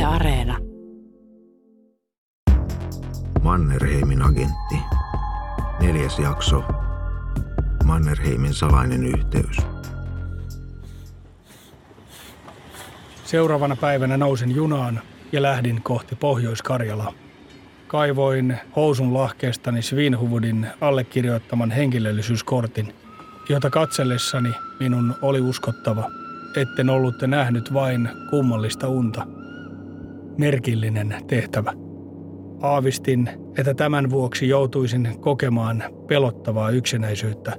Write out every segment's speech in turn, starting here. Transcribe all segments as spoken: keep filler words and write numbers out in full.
Areena. Mannerheimin agentti. Neljäs jakso. Mannerheimin salainen yhteys. Seuraavana päivänä nousin junaan ja lähdin kohti Pohjois-Karjalaa. Kaivoin housun lahkeestani Svinhuvudin allekirjoittaman henkilöllisyyskortin, jota katsellessani minun oli uskottava, etten ollut nähnyt vain kummallista unta. Merkillinen tehtävä. Aavistin, että tämän vuoksi joutuisin kokemaan pelottavaa yksinäisyyttä.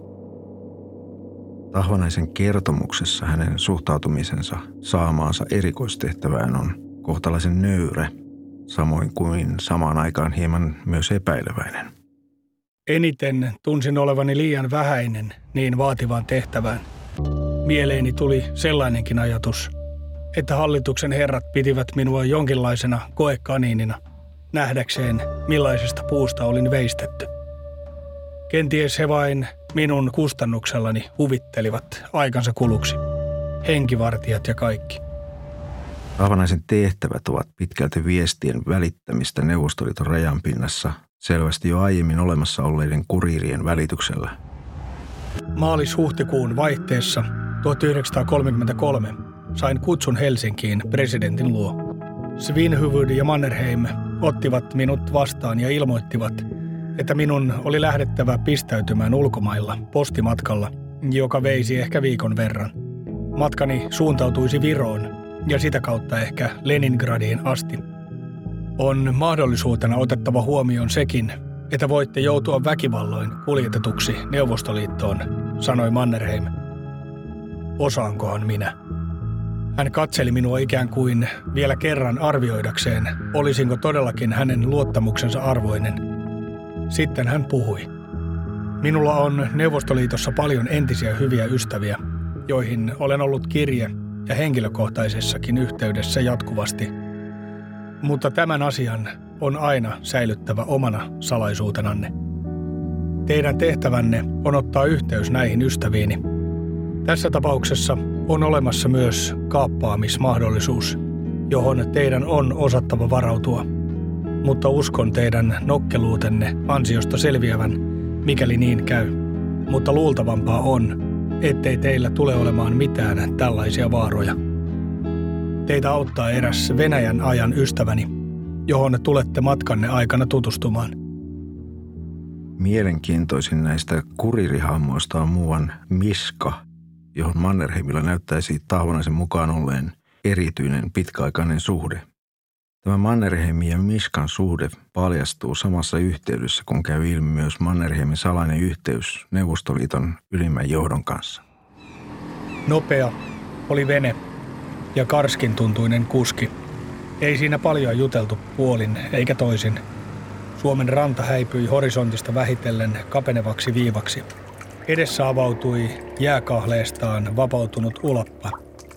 Tahvanaisen kertomuksessa hänen suhtautumisensa saamaansa erikoistehtävään on kohtalaisen nöyrä, samoin kuin samaan aikaan hieman myös epäileväinen. Eniten tunsin olevani liian vähäinen niin vaativaan tehtävään. Mieleeni tuli sellainenkin ajatus, että hallituksen herrat pitivät minua jonkinlaisena koekaniinina, nähdäkseen millaisesta puusta olin veistetty. Kenties he vain minun kustannuksellani huvittelivat aikansa kuluksi. Henkivartijat ja kaikki. Tahvanaisen tehtävät ovat pitkälti viestien välittämistä Neuvostoliiton rajanpinnassa selvästi jo aiemmin olemassa olleiden kuriirien välityksellä. Maalis-huhtikuun vaihteessa tuhatyhdeksänsataakolmekymmentäkolme sain kutsun Helsinkiin presidentin luo. Svinhuvud ja Mannerheim ottivat minut vastaan ja ilmoittivat, että minun oli lähdettävä pistäytymään ulkomailla postimatkalla, joka veisi ehkä viikon verran. Matkani suuntautuisi Viroon ja sitä kautta ehkä Leningradiin asti. On mahdollisuutena otettava huomioon sekin, että voitte joutua väkivalloin kuljetetuksi Neuvostoliittoon, sanoi Mannerheim. Osaankohan minä? Hän katseli minua ikään kuin vielä kerran arvioidakseen, olisinko todellakin hänen luottamuksensa arvoinen. Sitten hän puhui. Minulla on Neuvostoliitossa paljon entisiä hyviä ystäviä, joihin olen ollut kirje- ja henkilökohtaisessakin yhteydessä jatkuvasti. Mutta tämän asian on aina säilyttävä omana salaisuutenanne. Teidän tehtävänne on ottaa yhteys näihin ystäviini. Tässä tapauksessa on olemassa myös kaappaamismahdollisuus, johon teidän on osattava varautua. Mutta uskon teidän nokkeluutenne ansiosta selviävän, mikäli niin käy. Mutta luultavampaa on, ettei teillä tule olemaan mitään tällaisia vaaroja. Teitä auttaa eräs Venäjän ajan ystäväni, johon tulette matkanne aikana tutustumaan. Mielenkiintoisin näistä kuriirihahmoista on muuan Miska, johon Mannerheimilla näyttäisi Tahvanaisen mukaan olleen erityinen pitkäaikainen suhde. Tämä Mannerheimin ja Miskan suhde paljastuu samassa yhteydessä, kun käy ilmi myös Mannerheimin salainen yhteys Neuvostoliiton ylimmän johdon kanssa. Nopea oli vene ja karskin tuntuinen kuski. Ei siinä paljon juteltu puolin eikä toisin. Suomen ranta häipyi horisontista vähitellen kapenevaksi viivaksi. Edessä avautui jääkahleestaan vapautunut ulappa.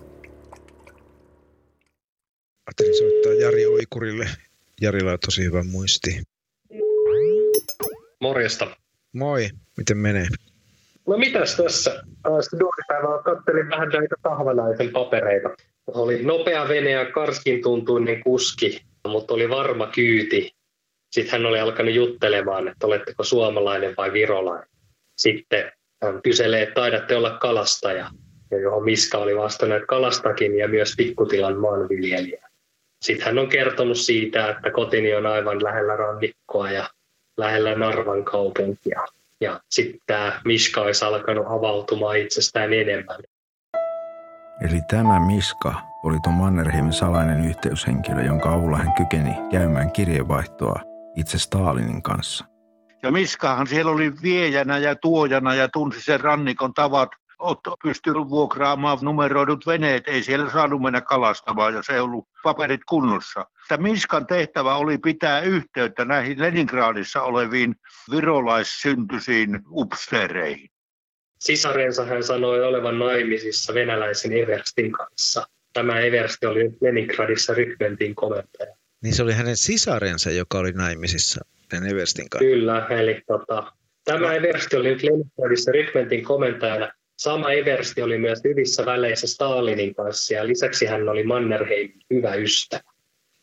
Ajattelin soittaa Jari Oikurille. Jarilla on tosi hyvä muisti. Morjesta. Moi, miten menee? No mitäs tässä? Sitten duunipäivää kattelin vähän näitä Tahvanaisen papereita. Oli nopea vene ja karskin tuntuinen kuski, mutta oli varma kyyti. Sitten hän oli alkanut juttelemaan, että oletteko suomalainen vai virolainen. Sitten hän kyselee, että taidatte olla kalastaja. Ja johon Miska oli vastannut, että kalastakin ja myös pikkutilan maanviljelijä. Sitten hän on kertonut siitä, että kotini on aivan lähellä rannikkoa ja lähellä Narvan kaupunkia. Ja sitten tämä Miska olisi alkanut avautumaan itsestään enemmän. Eli tämä Miska oli tuon Mannerheimin salainen yhteyshenkilö, jonka avulla hän kykeni käymään kirjeenvaihtoa itse Stalinin kanssa. Ja Miskahan siellä oli viejänä ja tuojana ja tunsi sen rannikon tavat. Otto pystyi vuokraamaan numeroidut veneet, ei siellä saanut mennä kalastamaan, jos ei ollut paperit kunnossa. Tämä Miskan tehtävä oli pitää yhteyttä näihin Leningradissa oleviin virolaissyntyisiin upseereihin. Sisarensa hän sanoi olevan naimisissa venäläisen Everstin kanssa. Tämä Eversti oli Leningradissa rykmentin komentaja. Niin se oli hänen sisarensa, joka oli naimisissa sen Everstin kanssa? Kyllä, eli tota, tämä Eversti oli nyt Leningradissa rykmentin komentajana. Sama Eversti oli myös hyvissä väleissä Stalinin kanssa ja lisäksi hän oli Mannerheimin hyvä ystävä.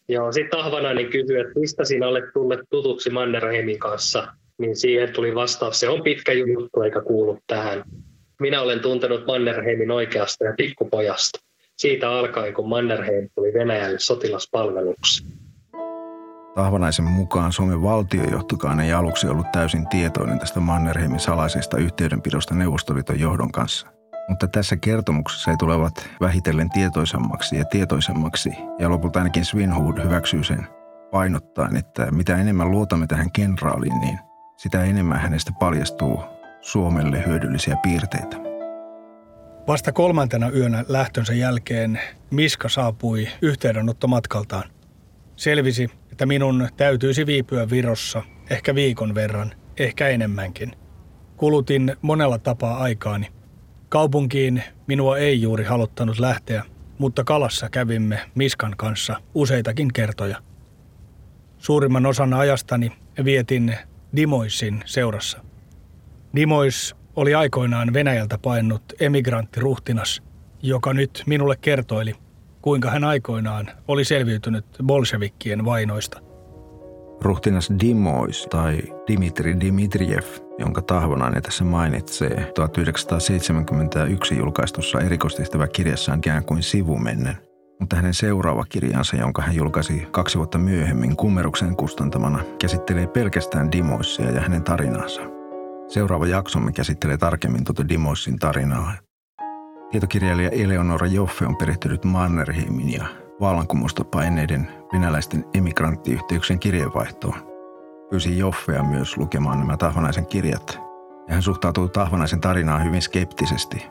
Joo, sitten Tahvanainen kysyi, että mistä sinä olet tullut tutuksi Mannerheimin kanssa, niin siihen tuli vastaus, se on pitkä juttu eikä kuulu tähän. Minä olen tuntenut Mannerheimin oikeasta ja pikkupojasta. Siitä alkaen, kun Mannerheim tuli Venäjälle sotilaspalveluksi. Tahvanaisen mukaan Suomen valtiojohtokaan ei aluksi ollut täysin tietoinen tästä Mannerheimin salaisesta yhteydenpidosta Neuvostoliiton johdon kanssa. Mutta tässä kertomuksessa he tulevat vähitellen tietoisemmaksi ja tietoisemmaksi, ja lopulta ainakin Svinhufvud hyväksyy sen painottaen, että mitä enemmän luotamme tähän kenraaliin, niin sitä enemmän hänestä paljastuu Suomelle hyödyllisiä piirteitä. Vasta kolmantena yönä lähtönsä jälkeen Miska saapui yhteydenottomatkaltaan. Selvisi, että minun täytyisi viipyä Virossa ehkä viikon verran, ehkä enemmänkin. Kulutin monella tapaa aikaani. Kaupunkiin minua ei juuri haluttanut lähteä, mutta kalassa kävimme Miskan kanssa useitakin kertoja. Suurimman osan ajastani vietin Dimoisin seurassa. Dimois oli aikoinaan Venäjältä paennut emigranttiruhtinas, joka nyt minulle kertoili, kuinka hän aikoinaan oli selviytynyt bolshevikkien vainoista. Ruhtinas Dimois tai Dmitri Dmitrijev, jonka Tahvanainen tässä mainitsee tuhatyhdeksänsataaseitsemänkymmentäyksi julkaistussa erikoistehtäväkirjassaan ikään kuin sivumennen. Mutta hänen seuraava kirjansa, jonka hän julkaisi kaksi vuotta myöhemmin Kummeruksen kustantamana, käsittelee pelkästään Dimoisia ja hänen tarinaansa. Seuraava jaksomme käsittelee tarkemmin tuota Dimoisin tarinaa. Tietokirjailija Eleonora Joffe on perehtynyt Mannerheimin ja vallankumousta paineiden venäläisten emigranttiyhteyksien kirjeenvaihtoon. Pyysi Joffea myös lukemaan nämä Tahvanaisen kirjat, ja hän suhtautuu Tahvanaisen tarinaan hyvin skeptisesti.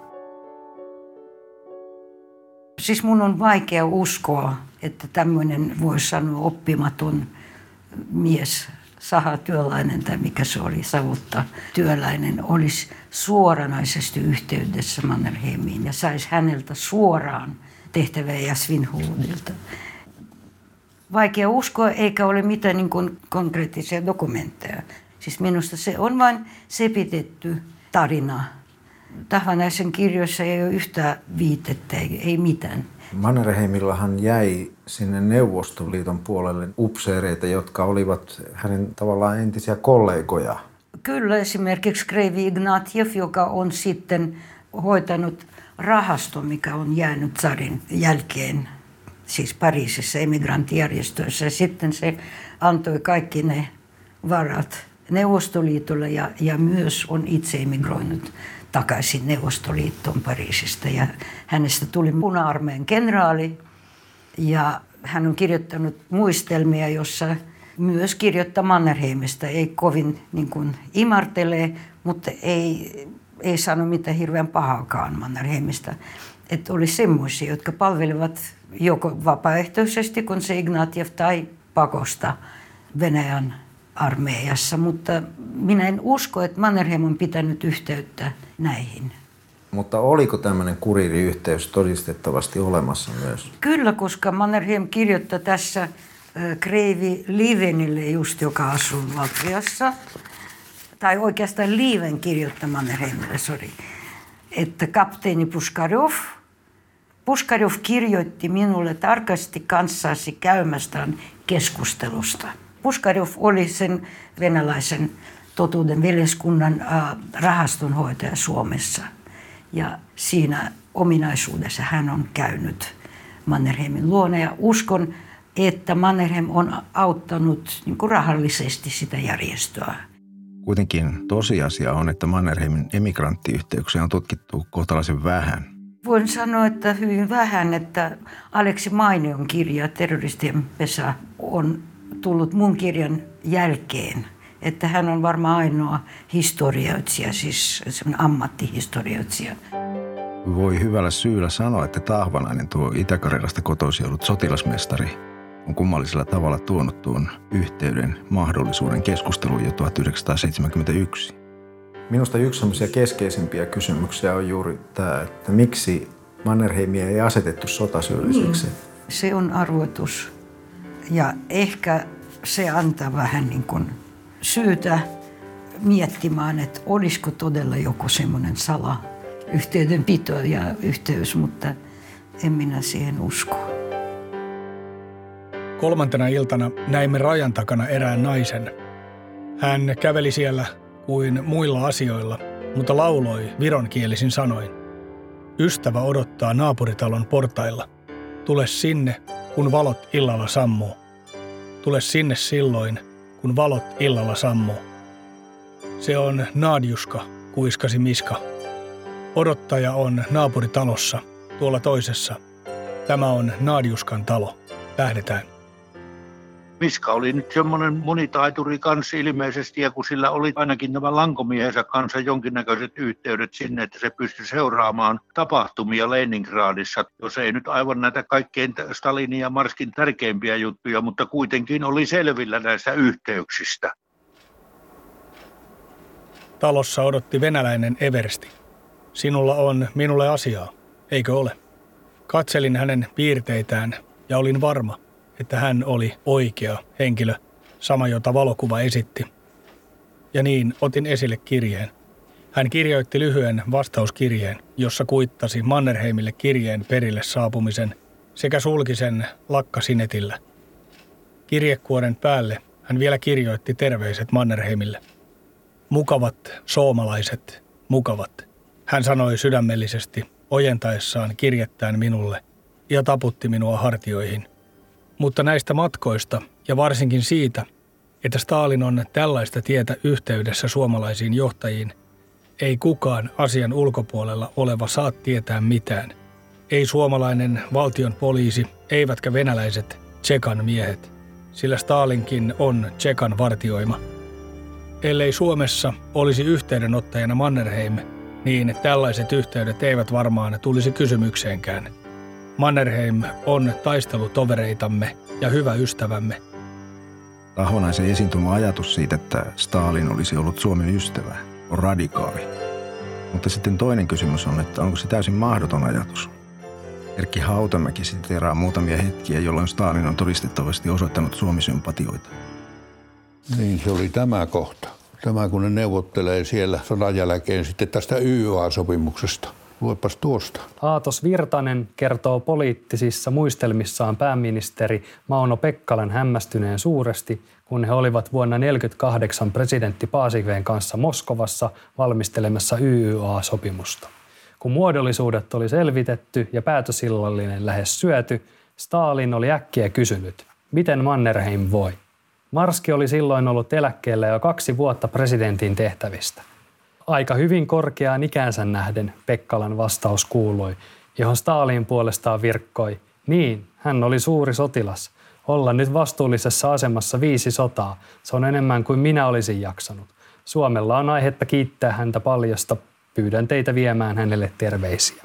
Siis mun on vaikea uskoa, että tämmöinen, voisi sanoa, oppimaton mies, sahatyöläinen tai mikä se oli, savutta työläinen, olisi suoranaisesti yhteydessä Mannerheimiin ja saisi häneltä suoraan tehtäviä ja Svinhufvudilta. Vaikea uskoa, eikä ole mitään niin kuin konkreettisia dokumentteja. Siis minusta se on vain sepitetty tarina. Tahvanaisen kirjoissa ei ole yhtään viitettä, ei mitään. Mannerheimillahan jäi sinne Neuvostoliiton puolelle upseereita, jotka olivat hänen tavallaan entisiä kollegoja. Kyllä, esimerkiksi kreivi Ignatjev, joka on sitten hoitanut rahaston, mikä on jäänyt tsarin jälkeen, siis Pariisissa emigranttijärjestöissä. Ja sitten se antoi kaikki ne varat Neuvostoliitolle ja, ja myös on itse emigroinut takaisin Neuvostoliittoon Pariisista. Ja hänestä tuli puna-armeijan kenraali ja hän on kirjoittanut muistelmia, jossa myös kirjoittaa Mannerheimista. Ei kovin niin kuin imartelee, mutta ei, ei sano mitään hirveän pahaakaan Mannerheimista. Että oli semmoisia, jotka palvelevat joko vapaaehtoisesti, kun se Ignatjev, tai pakosta Venäjän armeijassa. Mutta minä en usko, että Mannerheim on pitänyt yhteyttä näihin. Mutta oliko tämmöinen kuriiriyhteys todistettavasti olemassa myös? Kyllä, koska Mannerheim kirjoittaa tässä äh, kreivi Livenille, just joka asuu Latviassa, tai oikeastaan Liven kirjoittaa Mannerheimille, sorry, että kapteeni Puškarjov, Puškarjov kirjoitti minulle tarkasti kanssasi käymästään keskustelusta. Puškarjov oli sen venäläisen totuuden veljeskunnan äh, rahastonhoitaja Suomessa. Ja siinä ominaisuudessa hän on käynyt Mannerheimin luona ja uskon, että Mannerheim on auttanut niin kuin rahallisesti sitä järjestöä. Kuitenkin tosiasia on, että Mannerheimin emigranttiyhteyksiä on tutkittu kohtalaisen vähän. Voin sanoa, että hyvin vähän, että Aleksi Mainion kirja Terroristien pesä on tullut mun kirjan jälkeen. Että hän on varmaan ainoa historioitsija, siis semmoinen ammattihistorioitsija. Voi hyvällä syyllä sanoa, että Tahvanainen, tuo Itä-Karjalasta kotoisin ollut sotilasmestari, on kummallisella tavalla tuonut tuon yhteyden mahdollisuuden keskusteluun jo tuhatyhdeksänsataaseitsemänkymmentäyksi. Minusta yksi sellaisia keskeisimpiä kysymyksiä on juuri tämä, että miksi Mannerheimia ei asetettu sotasyylliseksi. Mm. Se on arvoitus ja ehkä se antaa vähän niin kuin syytä miettimään, että olisiko todella joku semmoinen sala yhteydenpito ja yhteys, mutta en minä siihen usko. Kolmantena iltana näimme rajan takana erään naisen. Hän käveli siellä kuin muilla asioilla, mutta lauloi vironkielisin sanoin. Ystävä odottaa naapuritalon portailla. Tule sinne, kun valot illalla sammuu. Tule sinne silloin, kun valot illalla sammuu. Se on Nadjuska, kuiskasi Miska. Odottaja on naapuritalossa, tuolla toisessa. Tämä on Nadjuskan talo. Lähdetään. Miska oli nyt semmoinen monitaituri kanssa ilmeisesti, ja kun sillä oli ainakin tämän lankomiehensä kanssa jonkinnäköiset yhteydet sinne, että se pystyi seuraamaan tapahtumia Leningradissa, jos ei nyt aivan näitä kaikkein Stalinin ja Marskin tärkeimpiä juttuja, mutta kuitenkin oli selvillä näistä yhteyksistä. Talossa odotti venäläinen eversti. Sinulla on minulle asiaa, eikö ole? Katselin hänen piirteitään ja olin varma, että hän oli oikea henkilö, sama jota valokuva esitti. Ja niin otin esille kirjeen. Hän kirjoitti lyhyen vastauskirjeen, jossa kuittasi Mannerheimille kirjeen perille saapumisen sekä sulki sen lakkasinetillä. Kirjekuoren päälle hän vielä kirjoitti terveiset Mannerheimille. Mukavat suomalaiset, mukavat, hän sanoi sydämellisesti ojentaessaan kirjettään minulle ja taputti minua hartioihin. Mutta näistä matkoista ja varsinkin siitä, että Stalin on tällaista tietä yhteydessä suomalaisiin johtajiin, ei kukaan asian ulkopuolella oleva saa tietää mitään. Ei suomalainen valtion poliisi, eivätkä venäläiset Tsekan miehet, sillä Stalinkin on Tsekan vartioima. Ellei Suomessa olisi yhteydenottajana Mannerheim, niin tällaiset yhteydet eivät varmaan tulisi kysymykseenkään. Mannerheim on taistelutovereitamme ja hyvä ystävämme. Tahvonaisen esiintymä ajatus siitä, että Stalin olisi ollut Suomen ystävä, on radikaali. Mutta sitten toinen kysymys on, että onko se täysin mahdoton ajatus? Erkki Hautamäki siteeraa muutamia hetkiä, jolloin Stalin on todistettavasti osoittanut Suomi-sympatioita. Niin, se oli tämä kohta. Tämä, kun ne neuvottelee siellä sodan jälkeen sitten tästä Y A-sopimuksesta. Luepas tuosta. Aatos Virtanen kertoo poliittisissa muistelmissaan pääministeri Mauno Pekkalan hämmästyneen suuresti, kun he olivat vuonna tuhatyhdeksänsataaneljäkymmentäkahdeksan presidentti Paasikiven kanssa Moskovassa valmistelemassa Y Y A-sopimusta. Kun muodollisuudet oli selvitetty ja päätösillallinen lähes syöty, Stalin oli äkkiä kysynyt, miten Mannerheim voi. Marski oli silloin ollut eläkkeellä jo kaksi vuotta presidentin tehtävistä. Aika hyvin korkeaan ikänsä nähden, Pekkalan vastaus kuului, johon Stalin puolestaan virkkoi. Niin, hän oli suuri sotilas. Olla nyt vastuullisessa asemassa viisi sotaa. Se on enemmän kuin minä olisin jaksanut. Suomella on aihetta kiittää häntä paljosta. Pyydän teitä viemään hänelle terveisiä.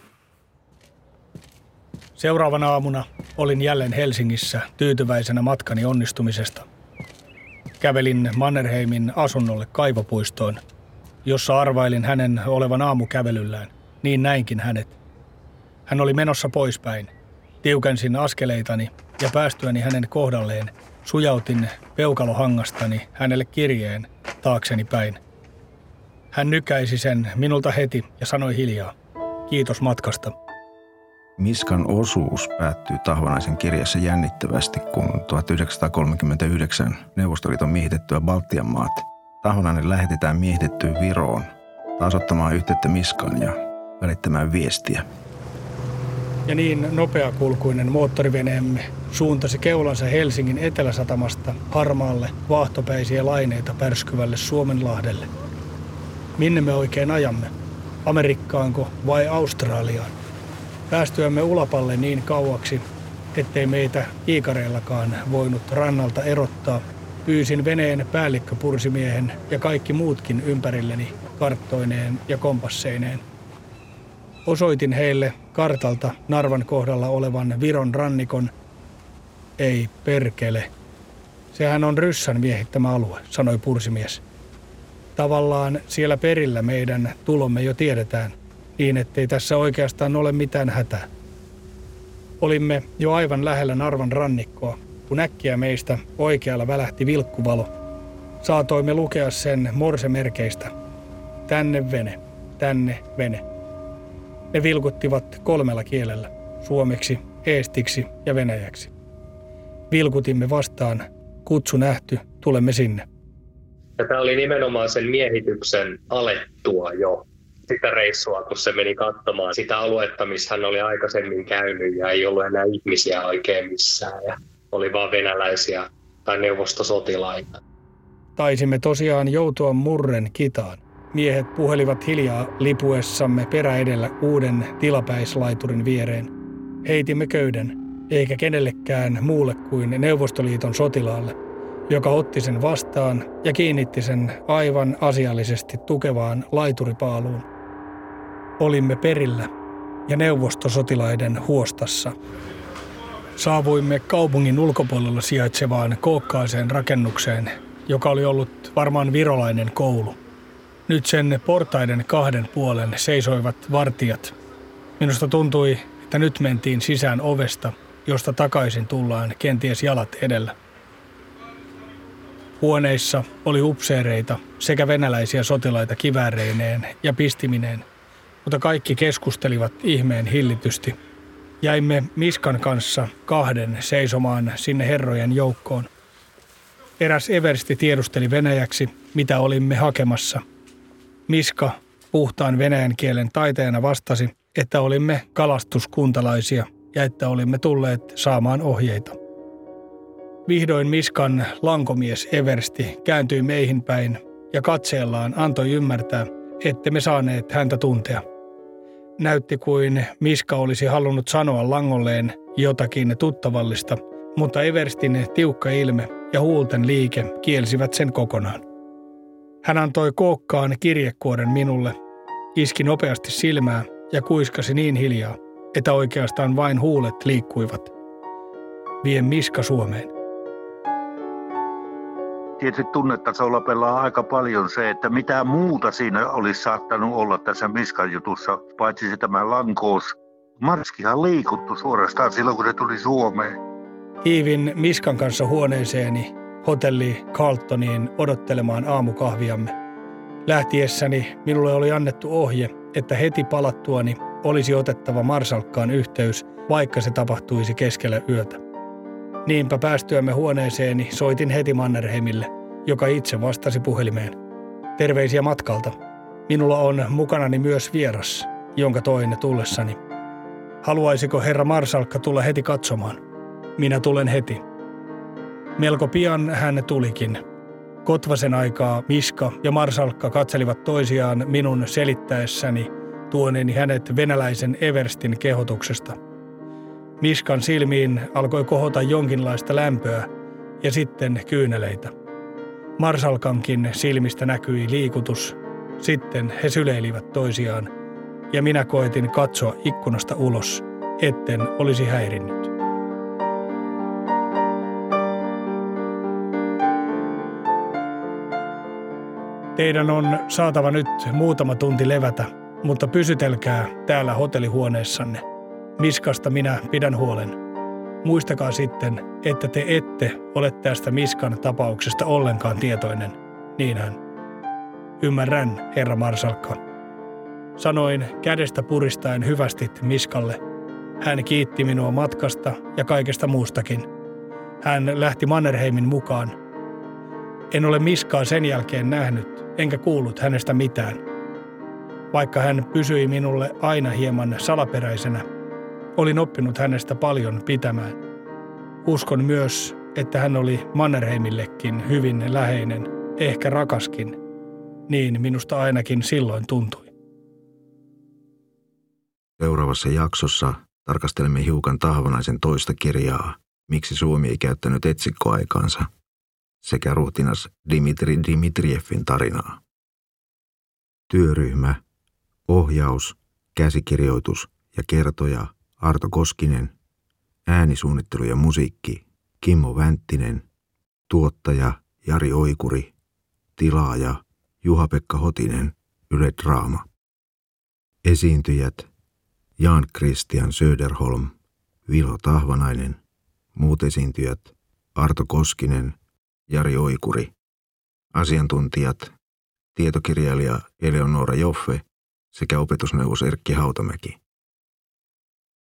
Seuraavana aamuna olin jälleen Helsingissä tyytyväisenä matkani onnistumisesta. Kävelin Mannerheimin asunnolle Kaivopuistoon, jossa arvailin hänen olevan aamukävelyllään. Niin näinkin hänet. Hän oli menossa poispäin. Tiukensin askeleitani ja päästyäni hänen kohdalleen sujautin peukalohangastani hänelle kirjeen taakseni päin. Hän nykäisi sen minulta heti ja sanoi hiljaa, kiitos matkasta. Miskan osuus päättyy Tahvonaisen kirjassa jännittävästi, kun tuhatyhdeksänsataakolmekymmentäyhdeksän Neuvostoliiton miehitettyä Baltian maat Tahvonainen lähetetään miehitettyyn Viroon taas ottamaan yhteyttä Miskaan ja välittämään viestiä. Ja niin nopeakulkuinen moottoriveneemme suuntasi keulansa Helsingin eteläsatamasta harmaalle vaahtopäisiä laineita pärskyvälle Suomenlahdelle. Minne me oikein ajamme? Amerikkaanko vai Australiaan? Päästyämme Ulapalle niin kauaksi, ettei meitä iikareillakaan voinut rannalta erottaa, pyysin veneen päällikköpursimiehen ja kaikki muutkin ympärilleni karttoineen ja kompasseineen. Osoitin heille kartalta Narvan kohdalla olevan Viron rannikon. Ei perkele. Sehän on ryssän miehittämä alue, sanoi pursimies. Tavallaan siellä perillä meidän tulomme jo tiedetään, niin ettei tässä oikeastaan ole mitään hätää. Olimme jo aivan lähellä Narvan rannikkoa, kun äkkiä meistä oikealla välähti vilkkuvalo. Saatoimme lukea sen morsemerkeistä. Tänne vene, tänne vene. Ne vilkuttivat kolmella kielellä, suomeksi, eestiksi ja venäjäksi. vilkutimme vastaan, kutsu nähty, tulemme sinne. Ja tämä oli nimenomaan sen miehityksen alettua jo sitä reissua, kun se meni katsomaan sitä aluetta, missä hän oli aikaisemmin käynyt ja ei ollut enää ihmisiä oikein missään ja oli vaan venäläisiä tai neuvostosotilaita. Taisimme tosiaan joutua murren kitaan. Miehet puhelivat hiljaa lipuessamme perä edellä uuden tilapäislaiturin viereen. Heitimme köyden, eikä kenellekään muulle kuin Neuvostoliiton sotilaalle, joka otti sen vastaan ja kiinnitti sen aivan asiallisesti tukevaan laituripaaluun. Olimme perillä ja neuvostosotilaiden huostassa. Saavuimme kaupungin ulkopuolella sijaitsevaan kookkaaseen rakennukseen, joka oli ollut varmaan virolainen koulu. Nyt sen portaiden kahden puolen seisoivat vartijat. Minusta tuntui, että nyt mentiin sisään ovesta, josta takaisin tullaan kenties jalat edellä. Huoneissa oli upseereita sekä venäläisiä sotilaita kivääreineen ja pistimineen, mutta kaikki keskustelivat ihmeen hillitysti. Jäimme Miskan kanssa kahden seisomaan sinne herrojen joukkoon. Eräs eversti tiedusteli venäjäksi, mitä olimme hakemassa. Miska puhtaan venäjän kielen taiteena vastasi, että olimme kalastuskuntalaisia ja että olimme tulleet saamaan ohjeita. Vihdoin Miskan lankomies eversti kääntyi meihin päin ja katseellaan antoi ymmärtää, että me saaneet häntä tuntea. Näytti kuin Miska olisi halunnut sanoa langolleen jotakin tuttavallista, mutta everstin tiukka ilme ja huulten liike kielsivät sen kokonaan. Hän antoi kookkaan kirjekuoren minulle, iski nopeasti silmää ja kuiskasi niin hiljaa, että oikeastaan vain huulet liikkuivat. Vie Miska Suomeen. Tietysti tunnetasolla pelaa aika paljon se, että mitä muuta siinä olisi saattanut olla tässä Miskan jutussa, paitsi se tämä lankous. Marskihan liikuttu suorastaan silloin, kun se tuli Suomeen. Hiivin Miskan kanssa huoneeseeni hotelli Carltoniin odottelemaan aamukahviamme. Lähtiessäni minulle oli annettu ohje, että heti palattuani olisi otettava Marsalkkaan yhteys, vaikka se tapahtuisi keskellä yötä. Niinpä päästyämme huoneeseeni soitin heti Mannerheimille, joka itse vastasi puhelimeen. Terveisiä matkalta. Minulla on mukanani myös vieras, jonka toin tullessani. Haluaisiko herra Marsalkka tulla heti katsomaan? Minä tulen heti. Melko pian hän tulikin. Kotvasen aikaa Miska ja Marsalkka katselivat toisiaan minun selittäessäni tuoneeni hänet venäläisen everstin kehotuksesta. Miskan silmiin alkoi kohota jonkinlaista lämpöä ja sitten kyyneleitä. Marsalkankin silmistä näkyi liikutus. Sitten he syleilivät toisiaan ja minä koetin katsoa ikkunasta ulos, etten olisi häirinnyt. Teidän on saatava nyt muutama tunti levätä, mutta pysytelkää täällä hotellihuoneessanne. Miskasta minä pidän huolen. Muistakaa sitten, että te ette ole tästä Miskan tapauksesta ollenkaan tietoinen. Niinhän. Ymmärrän, herra Marsalkka. Sanoin kädestä puristaen hyvästit Miskalle. Hän kiitti minua matkasta ja kaikesta muustakin. Hän lähti Mannerheimin mukaan. En ole Miskaa sen jälkeen nähnyt, enkä kuullut hänestä mitään. Vaikka hän pysyi minulle aina hieman salaperäisenä, olin oppinut hänestä paljon pitämään. Uskon myös, että hän oli Mannerheimillekin hyvin läheinen, ehkä rakaskin. Niin minusta ainakin silloin tuntui. Seuraavassa jaksossa tarkastelemme hiukan Tahvanaisen toista kirjaa, Miksi Suomi ei käyttänyt etsikkoaikaansa, sekä ruhtinas Dimitri Dmitrievin tarinaa. Työryhmä, ohjaus, käsikirjoitus ja kertoja Arto Koskinen, äänisuunnittelu ja musiikki Kimmo Vänttinen, tuottaja Jari Oikuri, tilaaja Juha-Pekka Hotinen, Yle Draama. Esiintyjät Jan Christian Söderholm, Vilo Tahvanainen, muut esiintyjät Arto Koskinen, Jari Oikuri. Asiantuntijat tietokirjailija Eleonora Joffe sekä opetusneuvos Erkki Hautamäki.